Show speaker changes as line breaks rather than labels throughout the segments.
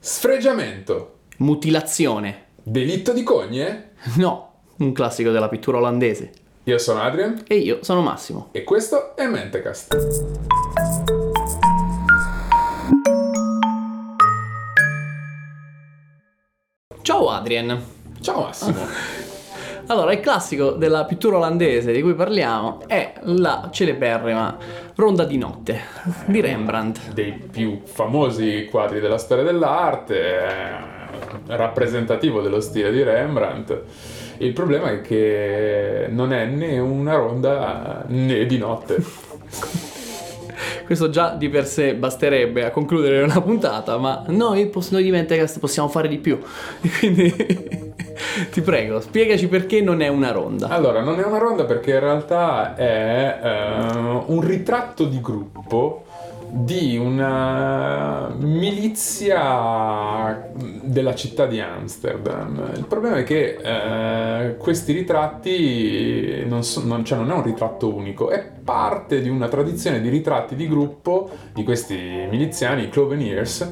Sfregiamento.
Mutilazione.
Delitto di cogne?
No, un classico della pittura olandese.
Io sono Adrian.
E io sono Massimo.
E questo è Mentecast.
Ciao Adrian.
Ciao Massimo.
Allora, il classico della pittura olandese di cui parliamo è la celeberrima Ronda di notte di Rembrandt.
Dei più famosi quadri della storia dell'arte, rappresentativo dello stile di Rembrandt. Il problema è che non è né una ronda né di notte.
Questo già di per sé basterebbe a concludere una puntata, ma noi di Mentecast possiamo fare di più. Quindi ti prego, spiegaci perché non è una ronda.
Allora, non è una ronda perché in realtà è un ritratto di gruppo di una milizia della città di Amsterdam. Il problema è che questi ritratti non è un ritratto unico, è parte di una tradizione di ritratti di gruppo di questi miliziani, i Cloveneers,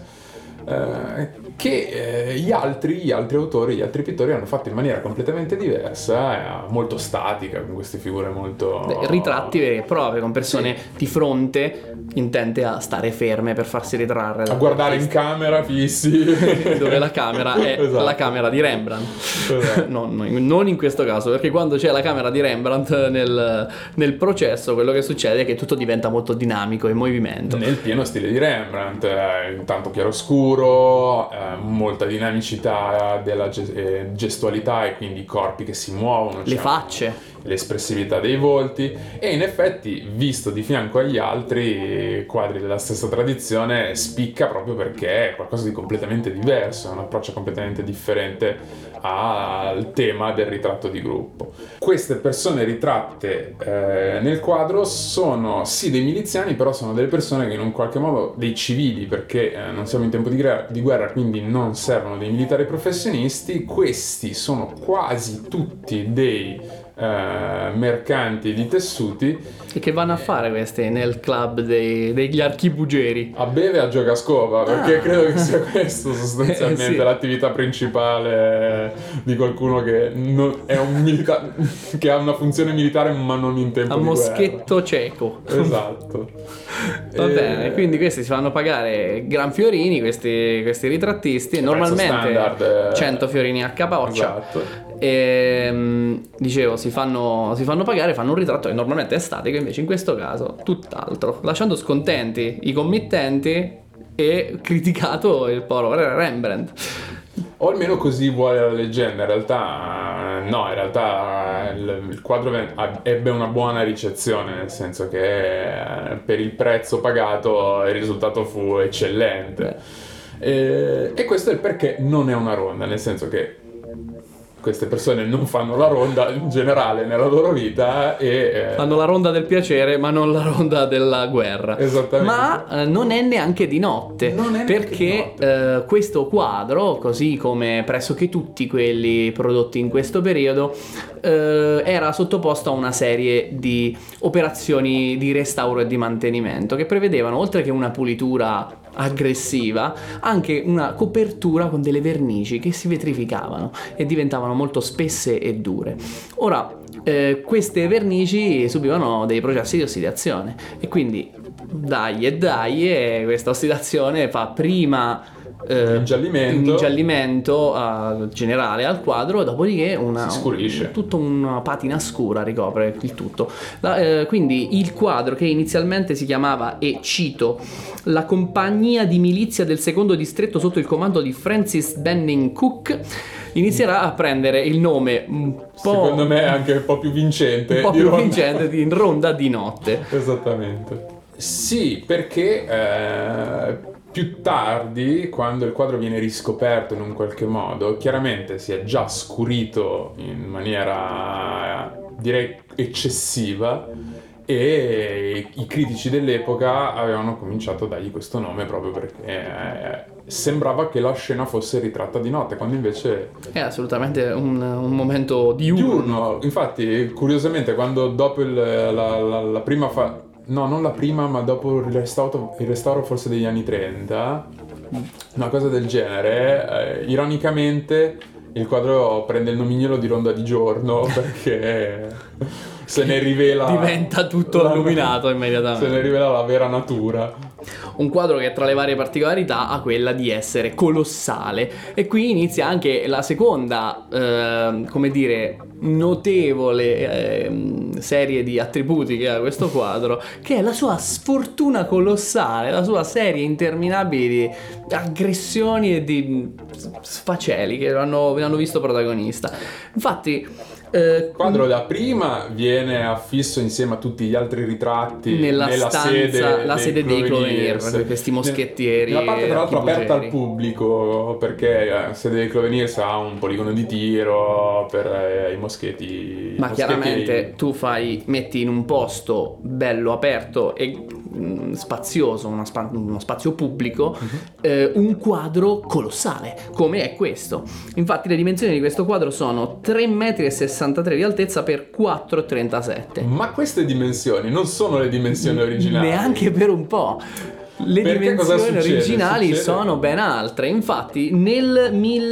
che gli altri autori, gli altri pittori hanno fatto in maniera completamente diversa, molto statica, con queste figure molto...
Ritratti veri e propri, con persone di fronte intente a stare ferme per farsi ritrarre.
A guardare in camera fissi.
Dove la camera è
esatto.
La camera di Rembrandt.
Esatto.
Non in questo caso, perché quando c'è la camera di Rembrandt nel processo, quello che succede è che tutto diventa molto dinamico, in movimento.
Nel pieno stile di Rembrandt, intanto chiaroscuro, molta dinamicità della gestualità e quindi i corpi che si muovono,
le facce,
l'espressività dei volti, e in effetti, visto di fianco agli altri quadri della stessa tradizione, spicca proprio perché è qualcosa di completamente diverso, è un approccio completamente differente al tema del ritratto di gruppo. Queste persone ritratte nel quadro sono sì dei miliziani, però sono delle persone che in un qualche modo, dei civili, perché non siamo in tempo di guerra, quindi non servono dei militari professionisti. Questi sono quasi tutti dei mercanti di tessuti.
E che vanno a fare questi nel club degli archibugeri?
A bere e a gioca a scopa, perché credo che sia questo sostanzialmente
sì.
l'attività principale di qualcuno che è un militare, che ha una funzione militare ma non in tempo
a
di guerra.
moschetto cieco.
Esatto.
Va bene, quindi questi si fanno pagare gran fiorini, questi ritrattisti, normalmente
standard,
100 fiorini a capoccia.
Esatto.
E dicevo, si fanno pagare, fanno un ritratto che normalmente è statico, invece in questo caso tutt'altro, lasciando scontenti i committenti e criticato il povero Rembrandt.
O almeno così vuole la leggenda. In realtà no, in realtà il quadro ebbe una buona ricezione, nel senso che per il prezzo pagato il risultato fu eccellente. E questo è il perché non è una ronda, nel senso che queste persone non fanno la ronda in generale nella loro vita e
fanno la ronda del piacere, ma non la ronda della guerra.
Esattamente.
Ma non è neanche di notte, perché
di notte.
Questo quadro, così come pressoché tutti quelli prodotti in questo periodo, era sottoposto a una serie di operazioni di restauro e di mantenimento che prevedevano, oltre che una pulitura aggressiva, anche una copertura con delle vernici che si vetrificavano e diventavano molto spesse e dure. Ora, queste vernici subivano dei processi di ossidazione e quindi e questa ossidazione fa prima
ingiallimento
generale al quadro, dopodiché
si scurisce.
tutta una patina scura ricopre il tutto. Quindi il quadro, che inizialmente si chiamava, e cito, la compagnia di milizia del secondo distretto sotto il comando di Francis Benning Cook, inizierà a prendere il nome un po',
secondo me anche un po' più vincente,
di Ronda di notte.
Esattamente. Sì, perché più tardi, quando il quadro viene riscoperto in un qualche modo, chiaramente si è già scurito in maniera, direi, eccessiva, e i critici dell'epoca avevano cominciato a dargli questo nome proprio perché sembrava che la scena fosse ritratta di notte, quando invece
è assolutamente un momento diurno.
Infatti, curiosamente, quando dopo la prima no, non la prima, ma dopo il restauro forse degli anni 30, una cosa del genere. Ironicamente il quadro prende il nomignolo di Ronda di giorno perché se ne rivela...
Diventa tutto illuminato immediatamente.
Se ne rivela la vera natura.
Un quadro che tra le varie particolarità ha quella di essere colossale, e qui inizia anche la seconda, come dire, notevole serie di attributi che ha questo quadro, che è la sua sfortuna colossale, la sua serie interminabile di aggressioni e di sfaceli che l'hanno visto protagonista. Infatti
Il quadro da prima viene affisso insieme a tutti gli altri ritratti
nella stanza, la sede dei Cloveniers, questi moschettieri.
Nella parte tra l'altro aperta al
archibugieri.
pubblico, perché la sede dei Cloveniers ha un poligono di tiro per i moschetti.
Ma chiaramente tu metti in un posto bello aperto e spazioso, uno spazio pubblico, un quadro colossale, come è questo. Infatti le dimensioni di questo quadro sono 3,63 m di altezza per 4,37 m.
Ma queste dimensioni non sono le dimensioni originali.
Neanche per un po'. Le
Perché cosa
dimensioni
succede?
originali
Succede?
sono ben altre. Infatti nel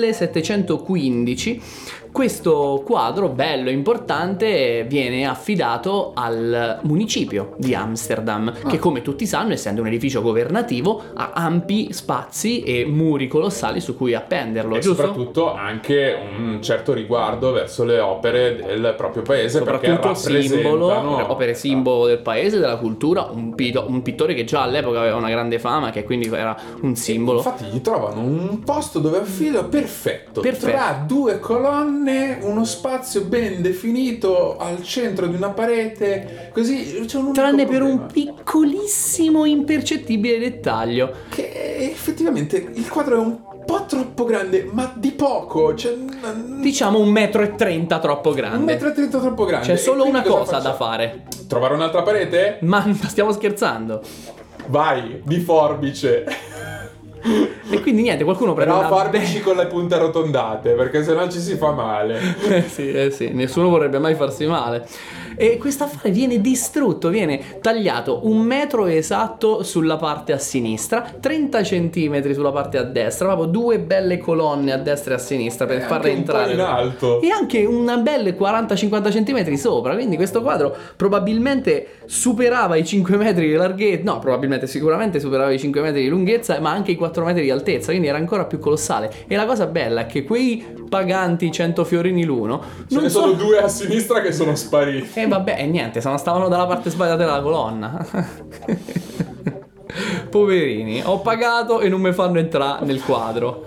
1715 questo quadro bello e importante viene affidato al municipio di Amsterdam, che come tutti sanno, essendo un edificio governativo, ha ampi spazi e muri colossali su cui appenderlo,
E
giusto?
soprattutto anche un certo riguardo verso le opere del proprio paese, perché
Soprattutto simbolo,
rappresentano
opere simbolo del paese, della cultura, un pittore che già all'epoca aveva una grande fama, che quindi era un simbolo.
Infatti gli trovano un posto dove affida perfetto, tra due colonne, uno spazio ben definito al centro di una parete, così c'è un unico
Tranne per
problema,
un piccolissimo impercettibile dettaglio.
che effettivamente il quadro è un po' troppo grande, ma di poco, cioè
Diciamo 1,30 m troppo grande.
1,30 m troppo grande.
C'è solo
E quindi
una cosa da
facciamo?
fare.
Trovare un'altra parete?
Ma stiamo scherzando.
Vai, di forbice.
E quindi niente, qualcuno prende
Però
una
forbici con le punte arrotondate, perché sennò ci si fa male.
sì, nessuno vorrebbe mai farsi male. E questo affare viene distrutto, viene tagliato 1 metro esatto sulla parte a sinistra, 30 centimetri sulla parte a destra, proprio due belle colonne a destra e a sinistra per farle
Anche un po'
entrare.
in alto.
E anche una belle 40-50 centimetri sopra, quindi questo quadro probabilmente superava i 5 metri di larghezza, no, probabilmente sicuramente superava i 5 metri di lunghezza, ma anche i 4 metri di altezza, quindi era ancora più colossale. E la cosa bella è che quei paganti 100 fiorini l'uno
Ce ne sono due a sinistra che sono spariti.
e vabbè, e niente, stavano dalla parte sbagliata della colonna. Poverini, ho pagato e non mi fanno entrare nel quadro.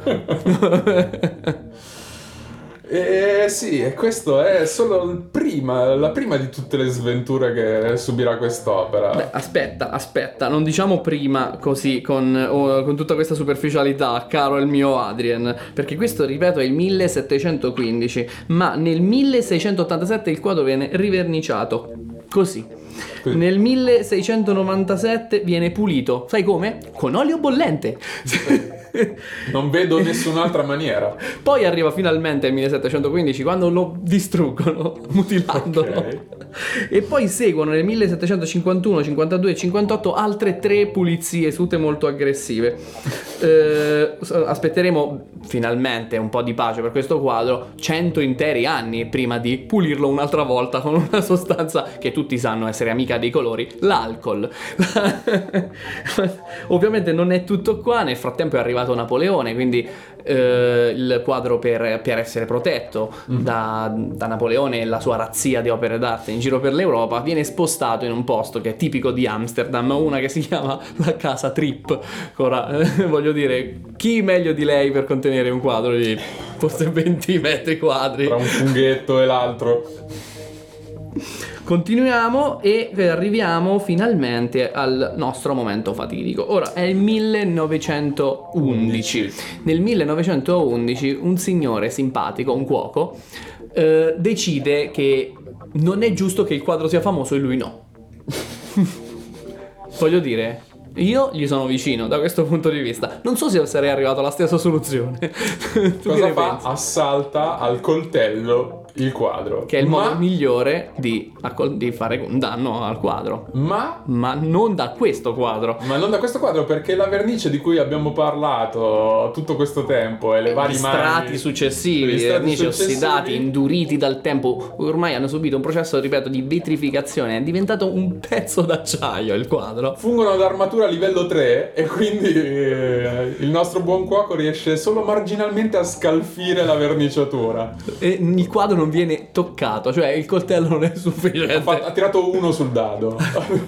Sì, e questo è solo la prima di tutte le sventure che subirà quest'opera.
Beh, aspetta, non diciamo prima così con tutta questa superficialità, caro il mio Adrien, perché questo, ripeto, è il 1715, ma nel 1687 il quadro viene riverniciato, così. Nel 1697 viene pulito, sai come? Con olio bollente.
Non vedo nessun'altra maniera.
Poi arriva finalmente il 1715 quando lo distruggono mutilandolo.
Ok.
E poi seguono nel 1751, 52 e 58 altre 3 pulizie, tutte molto aggressive. Aspetteremo finalmente un po' di pace per questo quadro, 100 interi anni prima di pulirlo un'altra volta con una sostanza che tutti sanno essere amica dei colori, l'alcol. Ovviamente non è tutto qua, nel frattempo è arrivato Napoleone, quindi il quadro per essere protetto da Napoleone e la sua razzia di opere d'arte in giro per l'Europa viene spostato in un posto che è tipico di Amsterdam, una che si chiama la Casa Tripp. Ora voglio dire, chi meglio di lei per contenere un quadro di forse 20 metri quadri?
Tra un funghetto e l'altro.
Continuiamo e arriviamo finalmente al nostro momento fatidico. Ora è il 1911. Nel 1911 un signore simpatico, un cuoco, decide che non è giusto che il quadro sia famoso e lui no. Voglio dire, io gli sono vicino da questo punto di vista. Non so se sarei arrivato alla stessa soluzione. Tu
Cosa
che ne
fa?
pensi?
Assalta al coltello il quadro.
Che è il modo migliore di fare un danno al quadro.
Ma
non da questo quadro.
Ma non da questo quadro, perché la vernice di cui abbiamo parlato tutto questo tempo e le varie
strati successivi, vernici ossidati, induriti dal tempo, ormai hanno subito un processo, ripeto, di vetrificazione. È diventato un pezzo d'acciaio il quadro.
Fungono da armatura livello 3 e quindi il nostro buon cuoco riesce solo marginalmente a scalfire la verniciatura.
E il quadro non viene toccato, cioè il coltello non è sufficiente.
Ha tirato 1 sul dado.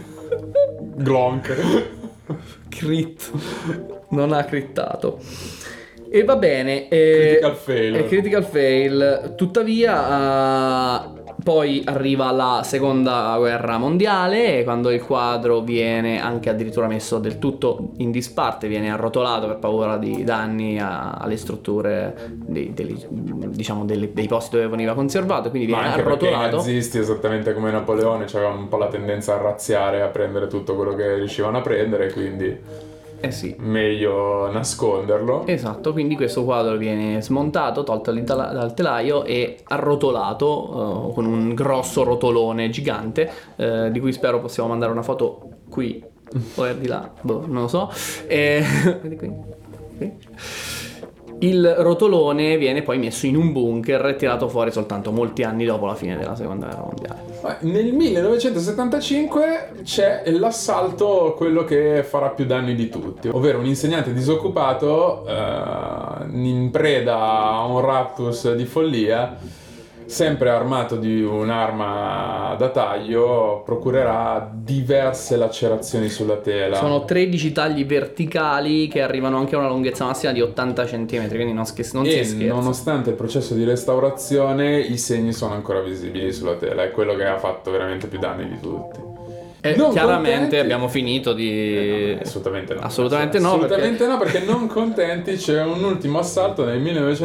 Glonk.
Crit. Non ha crittato. E va bene. Critical fail. Tuttavia, poi arriva la seconda guerra mondiale, quando il quadro viene anche addirittura messo del tutto in disparte, viene arrotolato per paura di danni alle strutture dei posti dove veniva conservato, quindi viene arrotolato.
I nazisti, esattamente come Napoleone, avevano un po' la tendenza a razziare, a prendere tutto quello che riuscivano a prendere, quindi
sì,
meglio nasconderlo.
Esatto, quindi questo quadro viene smontato, tolto dal telaio e arrotolato con un grosso rotolone gigante, di cui spero possiamo mandare una foto qui o di là, non lo so. Vedi qui. Il rotolone viene poi messo in un bunker e tirato fuori soltanto molti anni dopo la fine della seconda guerra mondiale.
Nel 1975 c'è l'assalto, quello che farà più danni di tutti, ovvero un insegnante disoccupato in preda a un raptus di follia, sempre armato di un'arma da taglio, procurerà diverse lacerazioni sulla tela.
Sono 13 tagli verticali che arrivano anche a una lunghezza massima di 80 cm, quindi non si scherza.
Nonostante il processo di restaurazione, i segni sono ancora visibili sulla tela. È quello che ha fatto veramente più danni di tutti.
Chiaramente contenti, abbiamo finito di...
Assolutamente no.
Assolutamente
no, perché non contenti c'è un ultimo assalto nel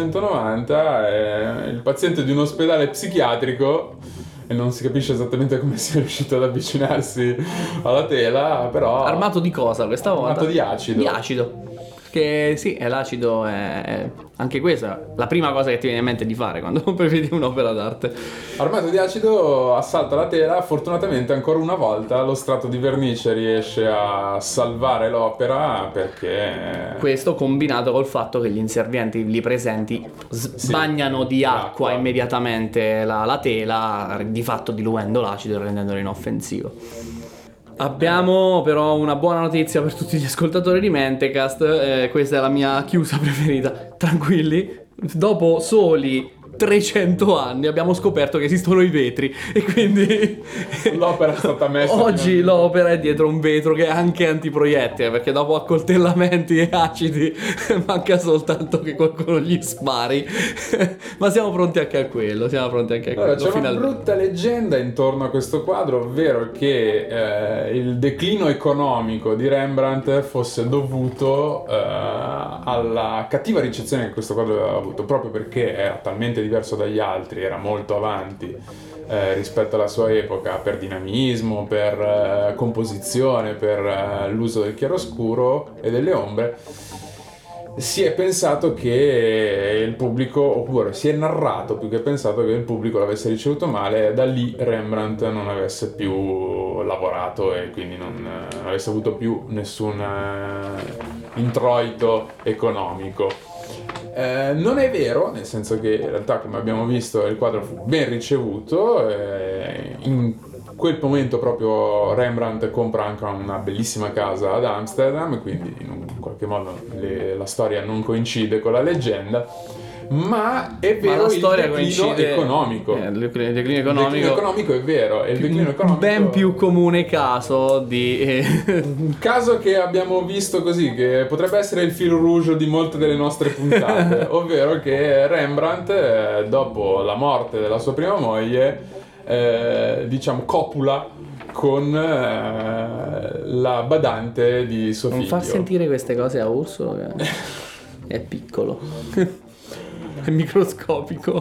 1990, il paziente di un ospedale psichiatrico, e non si capisce esattamente come sia riuscito ad avvicinarsi alla tela, però...
Armato di cosa questa volta?
Armato di acido.
Di acido. Che sì, l'acido è anche questa la prima cosa che ti viene in mente di fare quando prevedi un'opera d'arte.
Armato di acido assalta la tela. Fortunatamente ancora una volta lo strato di vernice riesce a salvare l'opera, perché
questo combinato col fatto che gli inservienti lì presenti bagnano di acqua immediatamente la tela, di fatto diluendo l'acido e rendendolo inoffensivo. Abbiamo però una buona notizia per tutti gli ascoltatori di Mentecast, questa è la mia chiusa preferita. Tranquilli, dopo soli 300 anni abbiamo scoperto che esistono i vetri e quindi
l'opera è stata messa.
Oggi l'opera è dietro un vetro che è anche antiproiettile, perché dopo accoltellamenti e acidi manca soltanto che qualcuno gli spari. Ma siamo pronti anche a quello,
Allora, c'è una brutta leggenda intorno a questo quadro, ovvero che il declino economico di Rembrandt fosse dovuto alla cattiva ricezione che questo quadro aveva avuto, proprio perché era talmente diverso dagli altri, era molto avanti rispetto alla sua epoca per dinamismo, per composizione, per l'uso del chiaroscuro e delle ombre. Si è pensato che il pubblico, oppure si è narrato più che pensato che il pubblico l'avesse ricevuto male, e da lì Rembrandt non avesse più lavorato e quindi non avesse avuto più nessun introito economico. Non è vero, nel senso che in realtà, come abbiamo visto, il quadro fu ben ricevuto. In quel momento proprio Rembrandt compra anche una bellissima casa ad Amsterdam, quindi in qualche modo la storia non coincide con la leggenda, ma è vero, il declino economico.
Il declino economico
è vero, è il declino economico
ben più comune caso di
un caso che abbiamo visto così, che potrebbe essere il fil rouge di molte delle nostre puntate, ovvero che Rembrandt, dopo la morte della sua prima moglie, copula con la badante di suo figlio.
Non far sentire queste cose a Ursula, che è piccolo. È microscopico.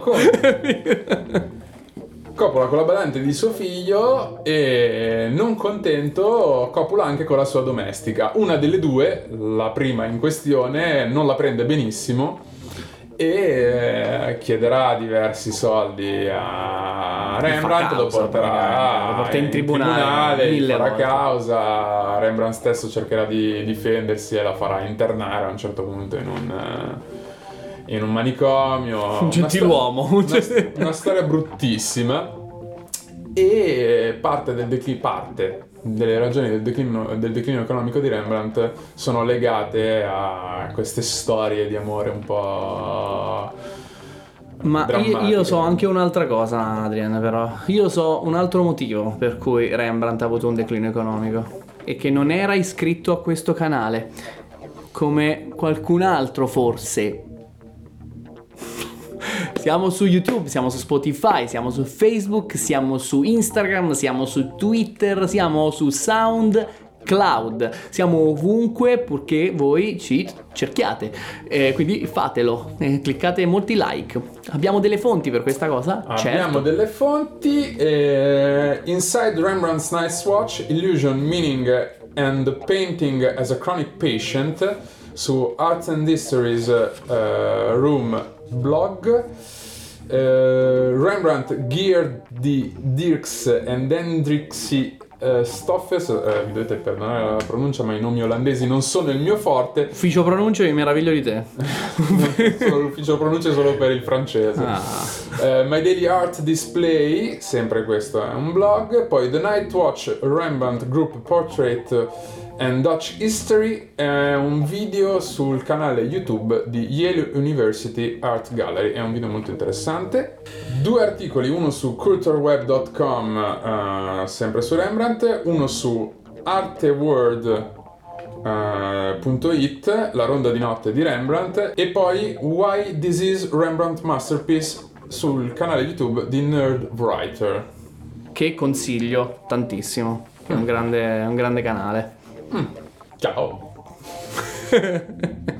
Copula con la badante di suo figlio e, non contento, copula anche con la sua domestica. Una delle due, la prima in questione, non la prende benissimo e chiederà diversi soldi a Rembrandt, lo porterà
in tribunale,
gli farà
volte.
causa, Rembrandt stesso cercherà di difendersi e la farà internare a un certo punto in un manicomio.
Un gentiluomo.
Una storia bruttissima. E parte delle ragioni del declino economico di Rembrandt sono legate a queste storie di amore un po'
Ma
drammatiche.
io so anche un'altra cosa, Adrian, però. Io so un altro motivo per cui Rembrandt ha avuto un declino economico e che non era iscritto a questo canale, come qualcun altro forse. Siamo su YouTube, siamo su Spotify, siamo su Facebook, siamo su Instagram, siamo su Twitter, siamo su SoundCloud, siamo ovunque purché voi ci cerchiate, quindi fatelo, cliccate molti like. Abbiamo delle fonti per questa cosa?
Abbiamo
Certo.
delle fonti, Inside Rembrandt's Night Watch, Illusion, Meaning and Painting as a Chronic Patient su Arts and Histories Room blog, Rembrandt Gear di Dirks and Hendrixie Stoffes, vi dovete perdonare la pronuncia ma i nomi olandesi non sono il mio forte.
Ufficio pronunce, mi meraviglio di te.
L'ufficio pronuncia solo per il francese. My Daily Art Display, sempre questo è un blog. Poi The Night Watch Rembrandt Group Portrait and Dutch History, è un video sul canale YouTube di Yale University Art Gallery, è un video molto interessante. 2 articoli, uno su cultureWeb.com, sempre su Rembrandt, uno su arteworld.it, la ronda di notte di Rembrandt, e poi Why This Is Rembrandt Masterpiece sul canale YouTube di Nerd Writer,
Che consiglio tantissimo, è un grande canale.
Ciao.